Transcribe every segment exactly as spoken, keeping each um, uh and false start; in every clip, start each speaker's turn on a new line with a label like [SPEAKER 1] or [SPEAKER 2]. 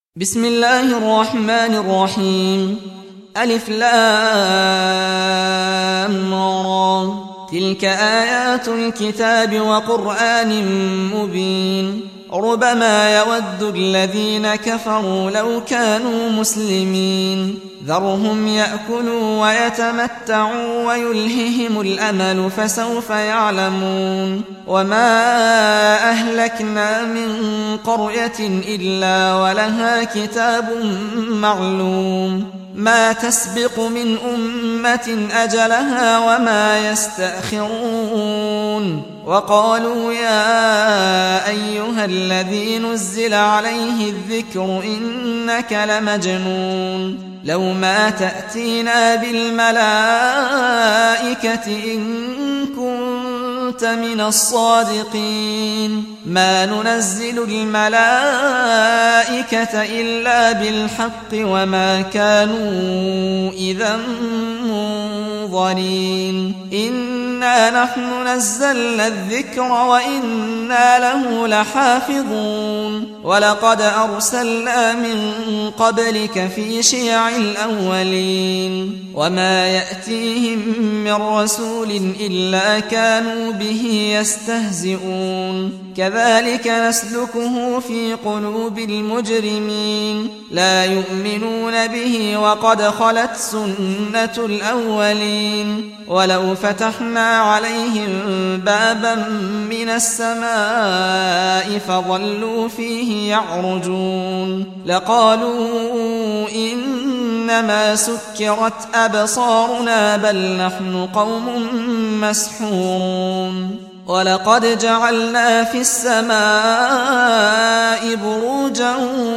[SPEAKER 1] بسم الله الرحمن الرحيم. ألف لام را، تلك آيات الكتاب وقرآن مبين. ربما يود الذين كفروا لو كانوا مسلمين، ذرهم يأكلوا ويتمتعوا ويلههم الأمل فسوف يعلمون. وما أهلكنا من قرية إلا ولها كتاب معلوم، ما تسبق من أمة أجلها وما يستأخرون. وقالوا يا أيها الذي نزل عليه الذكر إنك لمجنون، لو ما تأتينا بالملائكة إن كنت من الصادقين، ما ننزل الملائكة إلا بالحق وما كانوا إذا منظرين. إنا نحن نزلنا الذكر وإنا له لحافظون. ولقد أرسلنا من قبلك في شيع الأولين، وما يأتيهم من رسول إلا كانوا به يستهزئون. كذلك نسلكه في قلوب المجرمين، لا يؤمنون به وقد خلت سنة الأولين. ولو فتحنا عليهم بابا من السماء فظلوا فيه يعرجون لقالوا إنما سكرت أبصارنا بل نحن قوم مسحورون. ولقد جعلنا في السماء بروجا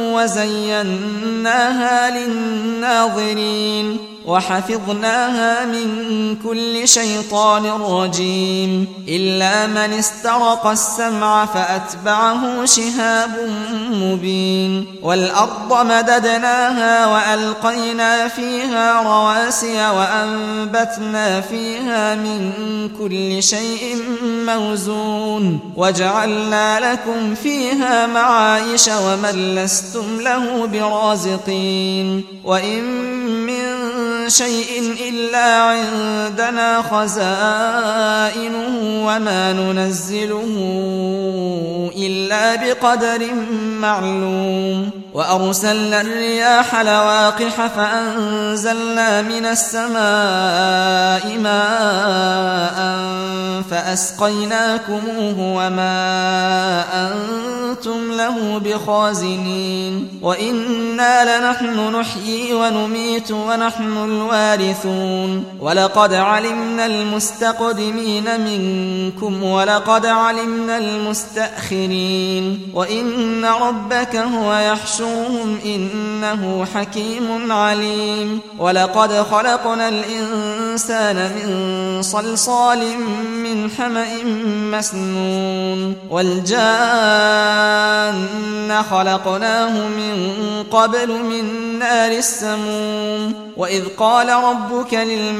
[SPEAKER 1] وزيناها للناظرين وحفظناها من كل شيطان رجيم، إلا من استرق السمع فأتبعه شهاب مبين. والأرض مددناها وألقينا فيها رواسي وأنبتنا فيها من كل شيء موزون، وجعلنا لكم فيها معايش ومن لستم له برازقين. وإن من شيء إلا عندنا خزائنه وما ننزله إلا بقدر معلوم. وأرسلنا الرياح لواقح فأنزلنا من السماء ماء فأسقيناكموه وما أنتم له بخازنين. وإنا لنحن نحيي ونميت ونحن الوارثون. ولقد علمنا المستقدمين منكم ولقد علمنا المستأخرين، وإن ربك هو يحشرهم إنه حكيم عليم. ولقد خلقنا الإنسان من صلصال من حمأ مسنون، والجان خلقناه من قبل من نار السموم. وإذ قال ربك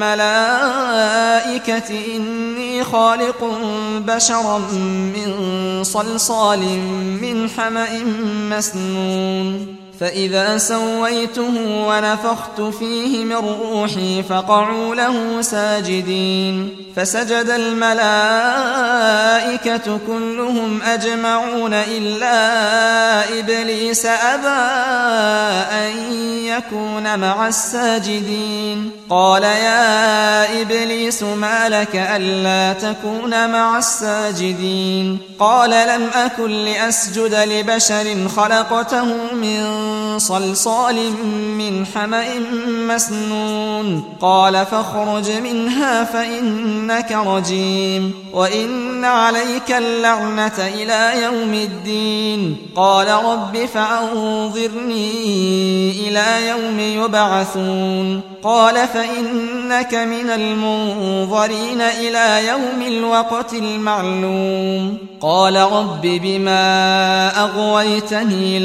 [SPEAKER 1] للملائكة إني خالق بشرا من صلصال من حمأ مسنون، فإذا سويته ونفخت فيه من روحي فقعوا له ساجدين. فسجد الملائكة كلهم أجمعون إلا إبليس أبى أن يكون مع الساجدين. قال يا إبليس ما لك ألا تكون مع الساجدين؟ قال لم أكن لأسجد لبشر خلقته من صلصال من حمأ مسنون. قال فاخرج منها فإنك رجيم، وإن عليك اللعنة إلى يوم الدين. قال رب فأنظرني إلى يوم يبعثون. قال فإنك من المنظرين إلى يوم الوقت المعلوم. قال رب بما أغويتني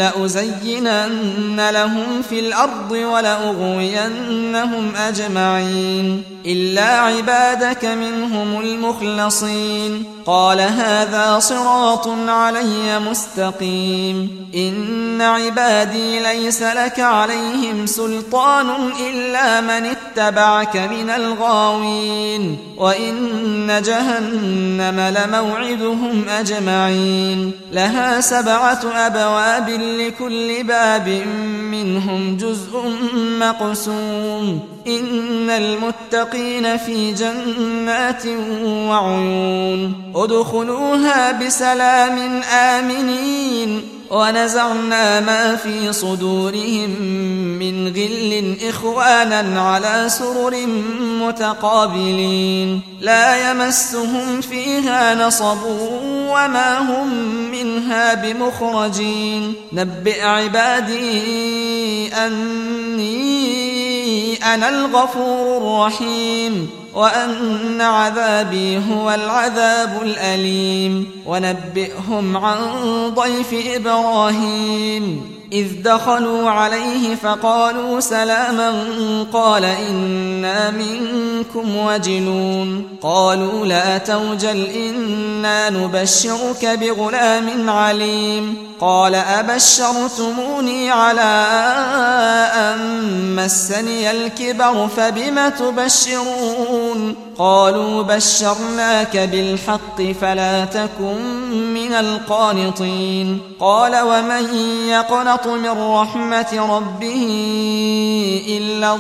[SPEAKER 1] لأزينن لهم في الأرض ولأغوينهم أجمعين إلا عبادك منهم المخلصين قال هذا صراط علي مستقيم إن عبادي ليس لك عليهم سلطان إلا من اتبعك من الغاوين وإن جهنم لموعدهم أجمعين لها سبعة أبواب لكل باب منهم جزء مقسوم إن المتقين في جنات وعيون ادخلوها بسلام آمنين ونزعنا ما في صدورهم من غل إخوانا على سرر متقابلين لا يمسهم فيها نصب وما هم منها بمخرجين نبئ عبادي أني أنا الغفور الرحيم وأن عذابي هو العذاب الأليم ونبئهم عن ضيف إبراهيم إذ دخلوا عليه فقالوا سلاما قال إنا منكم وجلون قالوا لا توجل إنا نبشرك بغلام عليم قال أبشرتموني على أن مسني الكبر فبم تبشرون قالوا بشرناك بالحق فلا تكن من القانطين قال ومن يقنط من رحمة ربه إلا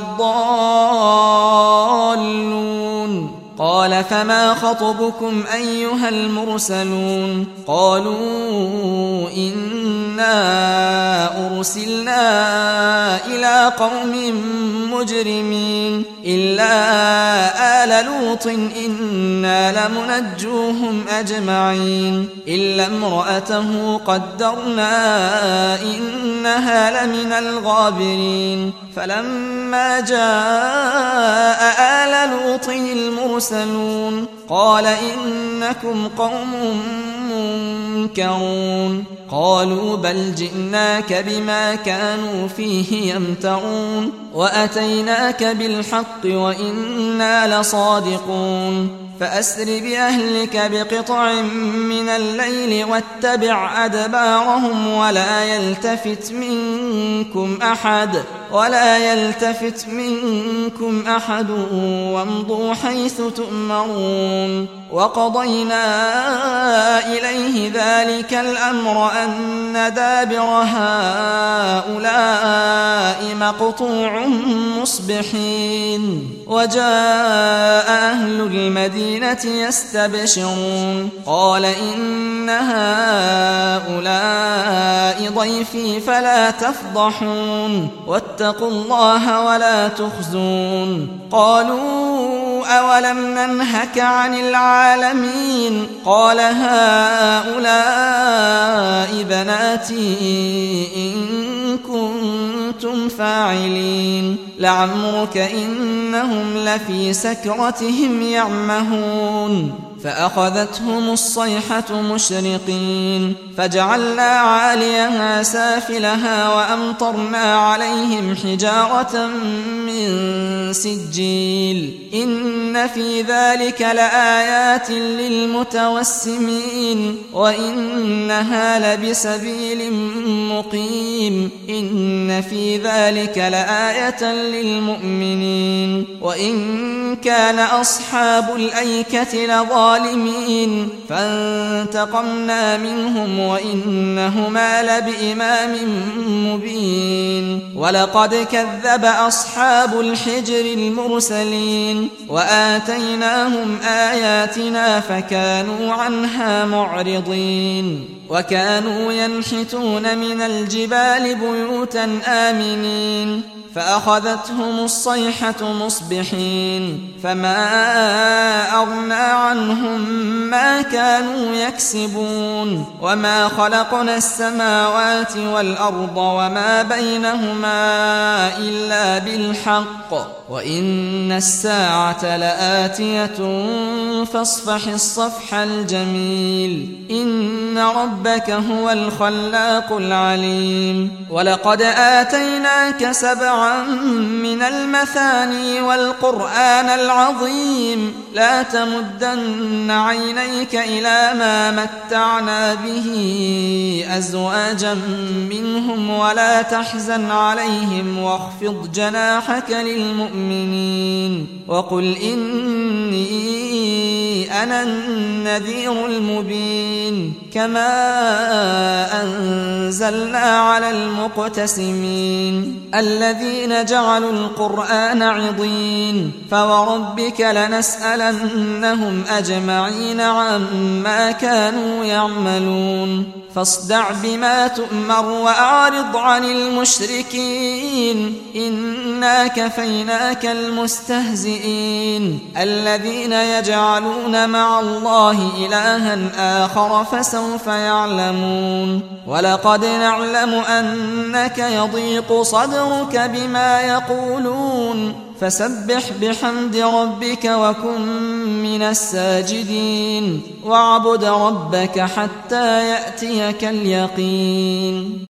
[SPEAKER 1] الضالون قال فما خطبكم أيها المرسلون قالوا إنا أرسلنا إلى قوم مجرمين إلا آل لوط إنا لمنجوهم أجمعين إلا امرأته قدرنا إنها لمن الغابرين فلما جاء آل لوط المرسلون قال إنكم قوم منكرون قالوا بل جئناك بما كانوا فيه يمترون وأتيناك بالحق وإنا لصادقون فأسر بأهلك بقطع من الليل واتبع أدبارهم ولا يلتفت منكم أحد ولا يلتفت منكم أحد وامضوا حيث تؤمرون وقضينا إليه ذلك الأمر أن دابر هؤلاء مقطوع مصبحين وجاء أهل المدينة يستبشرون قال إن هؤلاء ضيفي فلا تفضحون واتقوا الله ولا تخزون قالوا أولم ننهك عن العالمين قال هؤلاء بناتي إن كنتم فاعلين لعمرك إنهم لفي سكرتهم يعمهون فأخذتهم الصيحة مشرقين فجعلنا عاليها سافلها وأمطرنا عليهم حجارة من سجيل إن في ذلك لآيات للمتوسمين وإنها لبسبيل مقيم إن في ذلك لآية للمؤمنين وإن كان أصحاب الأيكة لظالمين ظالمين فانتقمنا منهم وإنهما لبإمام مبين ولقد كذب أصحاب الحجر المرسلين وآتيناهم آياتنا فكانوا عنها معرضين وكانوا ينحتون من الجبال بيوتا آمنين فأخذتهم الصيحة مصبحين فما أغنى عنهم ما كانوا يكسبون وما خلقنا السماوات والأرض وما بينهما إلا بالحق وإن الساعة لآتية فاصفح الصفح الجميل إن رب ربك هو الخلاق العليم ولقد آتيناك سبعا من المثاني والقرآن العظيم لا تمدن عينيك إلى ما متعنا به أزواجا منهم ولا تحزن عليهم واخفض جناحك للمؤمنين وقل إني أنا النذير المبين كما أنزلنا على المقتسمين الذين جعلوا القرآن عضين فوربك لنسألنهم أجمعين عما كانوا يعملون فاصدع بما تؤمر وأعرض عن المشركين إنا كفيناك المستهزئين الذين يجعلون مع الله إلها آخر فسوف يعلمون ولقد نعلم أنك يضيق صدرك بما يقولون فسبح بحمد ربك وكن من الساجدين واعبد ربك حتى يأتيك اليقين.